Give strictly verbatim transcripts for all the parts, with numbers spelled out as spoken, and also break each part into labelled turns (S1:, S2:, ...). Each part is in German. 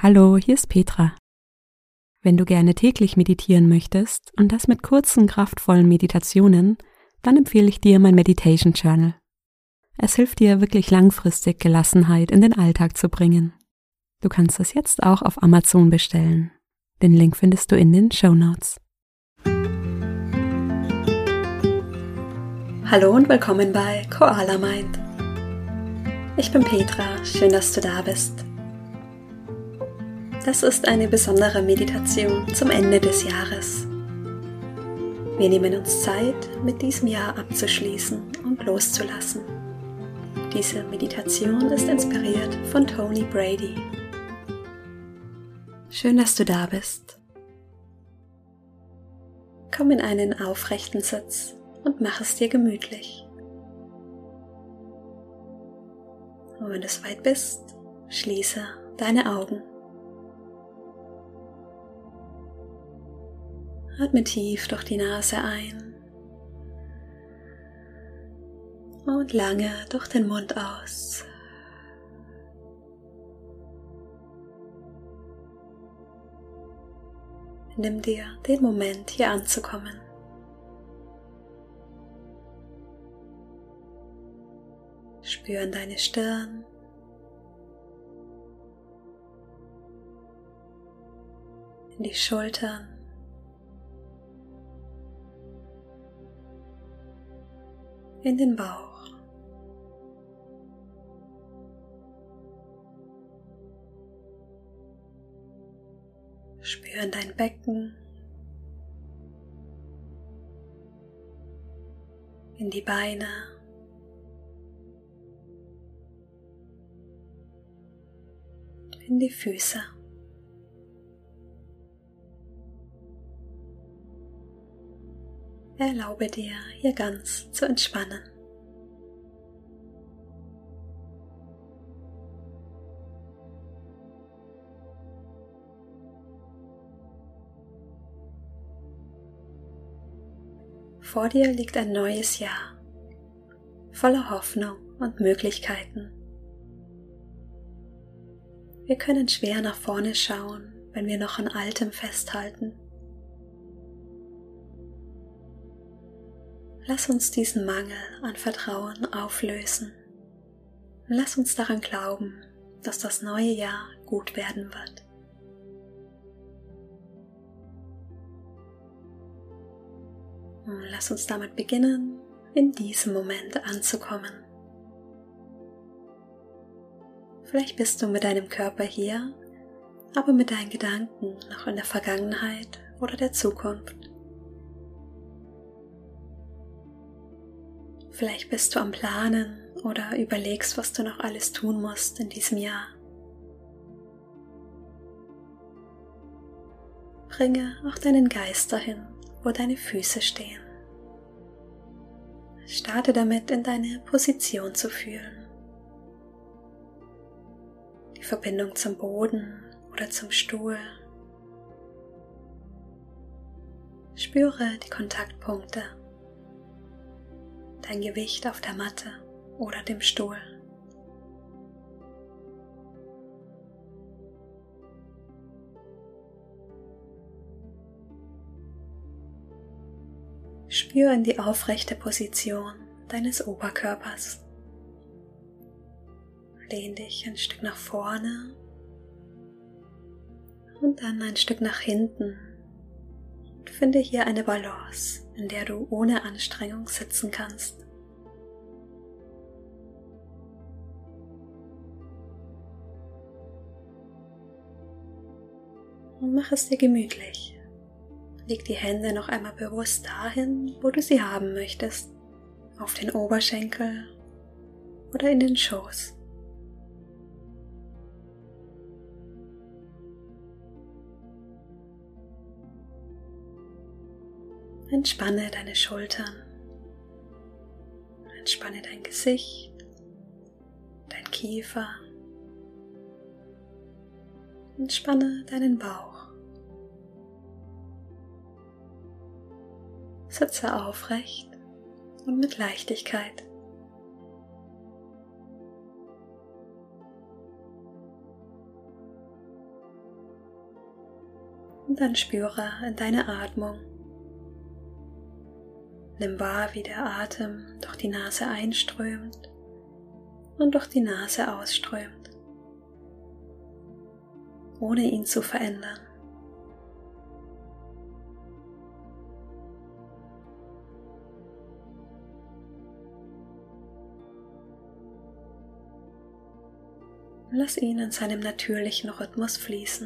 S1: Hallo, hier ist Petra. Wenn du gerne täglich meditieren möchtest und das mit kurzen, kraftvollen Meditationen, dann empfehle ich dir mein Meditation Journal. Es hilft dir wirklich langfristig Gelassenheit in den Alltag zu bringen. Du kannst es jetzt auch auf Amazon bestellen. Den Link findest du in den Shownotes.
S2: Hallo und willkommen bei Koala Mind. Ich bin Petra, schön, dass du da bist. Das ist eine besondere Meditation zum Ende des Jahres. Wir nehmen uns Zeit, mit diesem Jahr abzuschließen und loszulassen. Diese Meditation ist inspiriert von Tony Brady. Schön, dass du da bist. Komm in einen aufrechten Sitz und mach es dir gemütlich. Und wenn du soweit bist, schließe deine Augen. Atme tief durch die Nase ein und lange durch den Mund aus. Nimm dir den Moment, hier anzukommen. Spür in deine Stirn, in die Schultern, in den Bauch. Spür in dein Becken, in die Beine, in die Füße. Erlaube dir, hier ganz zu entspannen. Vor dir liegt ein neues Jahr, voller Hoffnung und Möglichkeiten. Wir können schwer nach vorne schauen, wenn wir noch an Altem festhalten. Lass uns diesen Mangel an Vertrauen auflösen. Lass uns daran glauben, dass das neue Jahr gut werden wird. Und lass uns damit beginnen, in diesem Moment anzukommen. Vielleicht bist du mit deinem Körper hier, aber mit deinen Gedanken noch in der Vergangenheit oder der Zukunft. Vielleicht bist du am Planen oder überlegst, was du noch alles tun musst in diesem Jahr. Bringe auch deinen Geist dahin, wo deine Füße stehen. Starte damit, in deine Position zu fühlen. Die Verbindung zum Boden oder zum Stuhl. Spüre die Kontaktpunkte. Dein Gewicht auf der Matte oder dem Stuhl. Spür in die aufrechte Position deines Oberkörpers. Lehn dich ein Stück nach vorne und dann ein Stück nach hinten und finde hier eine Balance, in der du ohne Anstrengung sitzen kannst. Und mach es dir gemütlich. Leg die Hände noch einmal bewusst dahin, wo du sie haben möchtest, auf den Oberschenkel oder in den Schoß. Entspanne deine Schultern, entspanne dein Gesicht, dein Kiefer, entspanne deinen Bauch. Sitze aufrecht und mit Leichtigkeit. Und dann spüre in deine Atmung. Nimm wahr, wie der Atem durch die Nase einströmt und durch die Nase ausströmt, ohne ihn zu verändern. Lass ihn in seinem natürlichen Rhythmus fließen.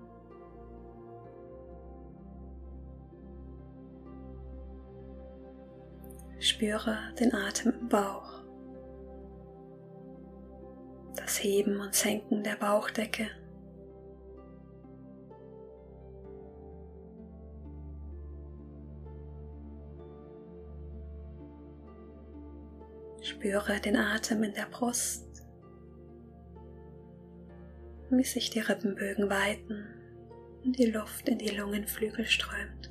S2: Spüre den Atem im Bauch, das Heben und Senken der Bauchdecke. Spüre den Atem in der Brust, wie sich die Rippenbögen weiten und die Luft in die Lungenflügel strömt.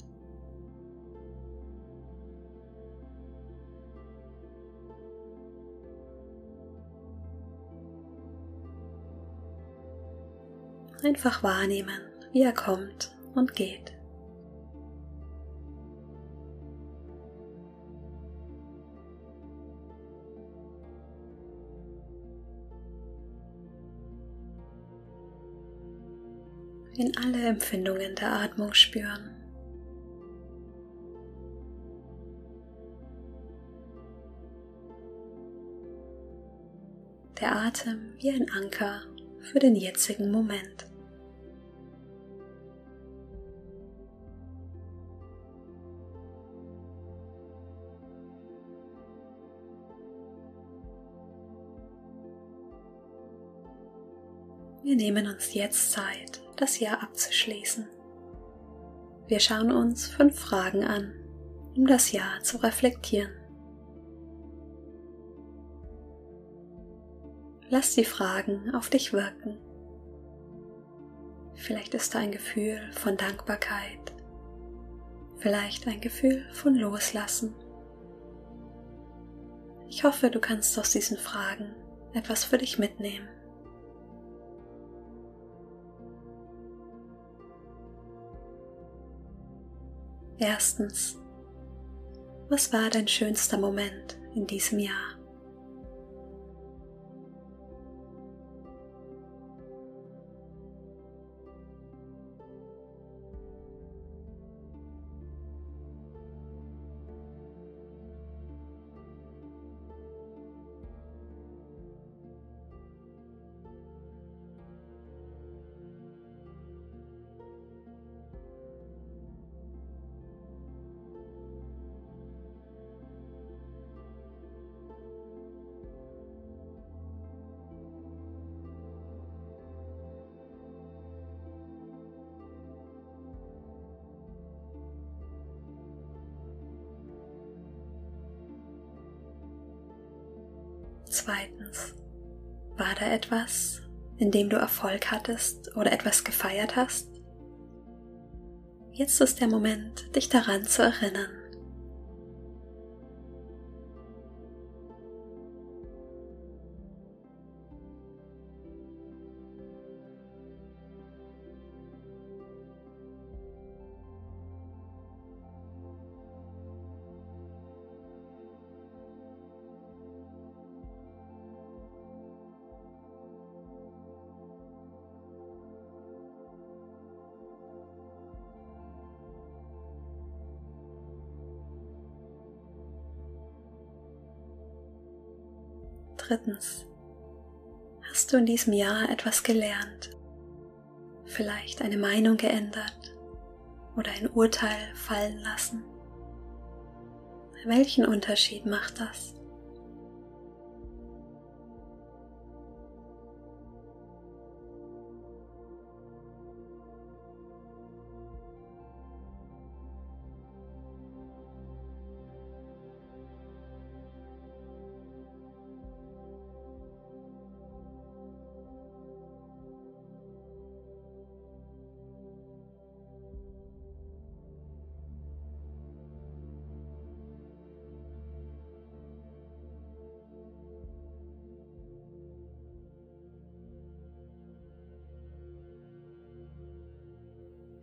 S2: Einfach wahrnehmen, wie er kommt und geht. In alle Empfindungen der Atmung spüren. Der Atem wie ein Anker für den jetzigen Moment. Wir nehmen uns jetzt Zeit, das Jahr abzuschließen. Wir schauen uns fünf Fragen an, um das Jahr zu reflektieren. Lass die Fragen auf dich wirken. Vielleicht ist da ein Gefühl von Dankbarkeit, vielleicht ein Gefühl von Loslassen. Ich hoffe, du kannst aus diesen Fragen etwas für dich mitnehmen. Erstens, was war dein schönster Moment in diesem Jahr? Zweitens, war da etwas, in dem du Erfolg hattest oder etwas gefeiert hast? Jetzt ist der Moment, dich daran zu erinnern. Drittens, hast du in diesem Jahr etwas gelernt? Vielleicht eine Meinung geändert oder ein Urteil fallen lassen? Welchen Unterschied macht das?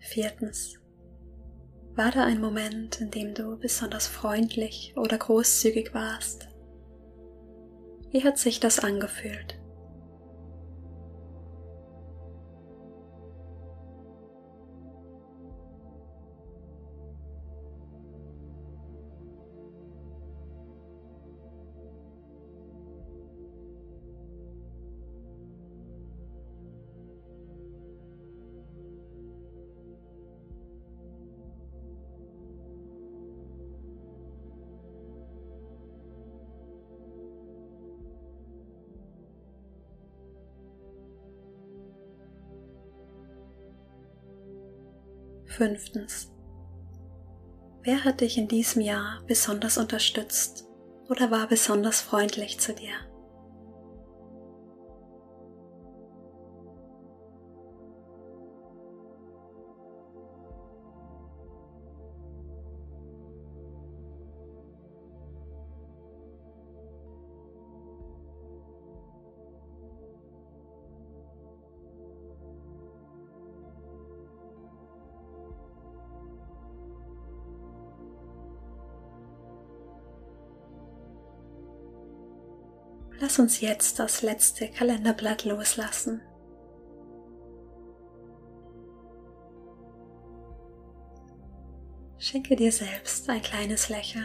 S2: Viertens. War da ein Moment, in dem du besonders freundlich oder großzügig warst? Wie hat sich das angefühlt? Fünftens. Wer hat dich in diesem Jahr besonders unterstützt oder war besonders freundlich zu dir? Lass uns jetzt das letzte Kalenderblatt loslassen. Schenke dir selbst ein kleines Lächeln.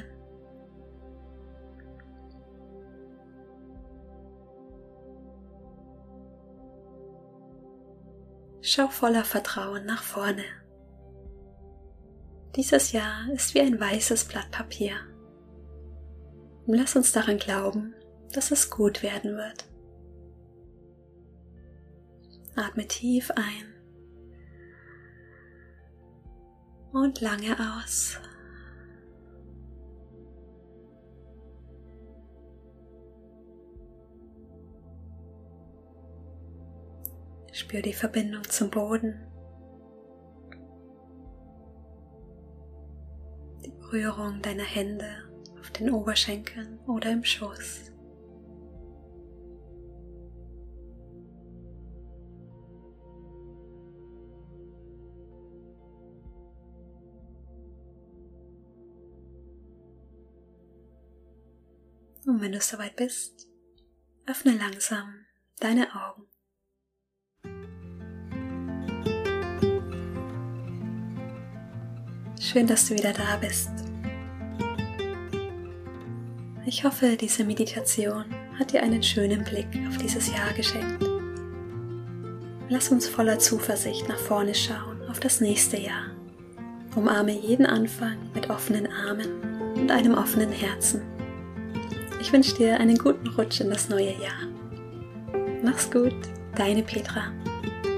S2: Schau voller Vertrauen nach vorne. Dieses Jahr ist wie ein weißes Blatt Papier. Lass uns daran glauben, dass es gut werden wird. Atme tief ein und lange aus. Spür die Verbindung zum Boden, die Berührung deiner Hände auf den Oberschenkeln oder im Schoß. Und wenn du soweit bist, öffne langsam deine Augen. Schön, dass du wieder da bist. Ich hoffe, diese Meditation hat dir einen schönen Blick auf dieses Jahr geschenkt. Lass uns voller Zuversicht nach vorne schauen auf das nächste Jahr. Umarme jeden Anfang mit offenen Armen und einem offenen Herzen. Ich wünsche dir einen guten Rutsch in das neue Jahr. Mach's gut, deine Petra.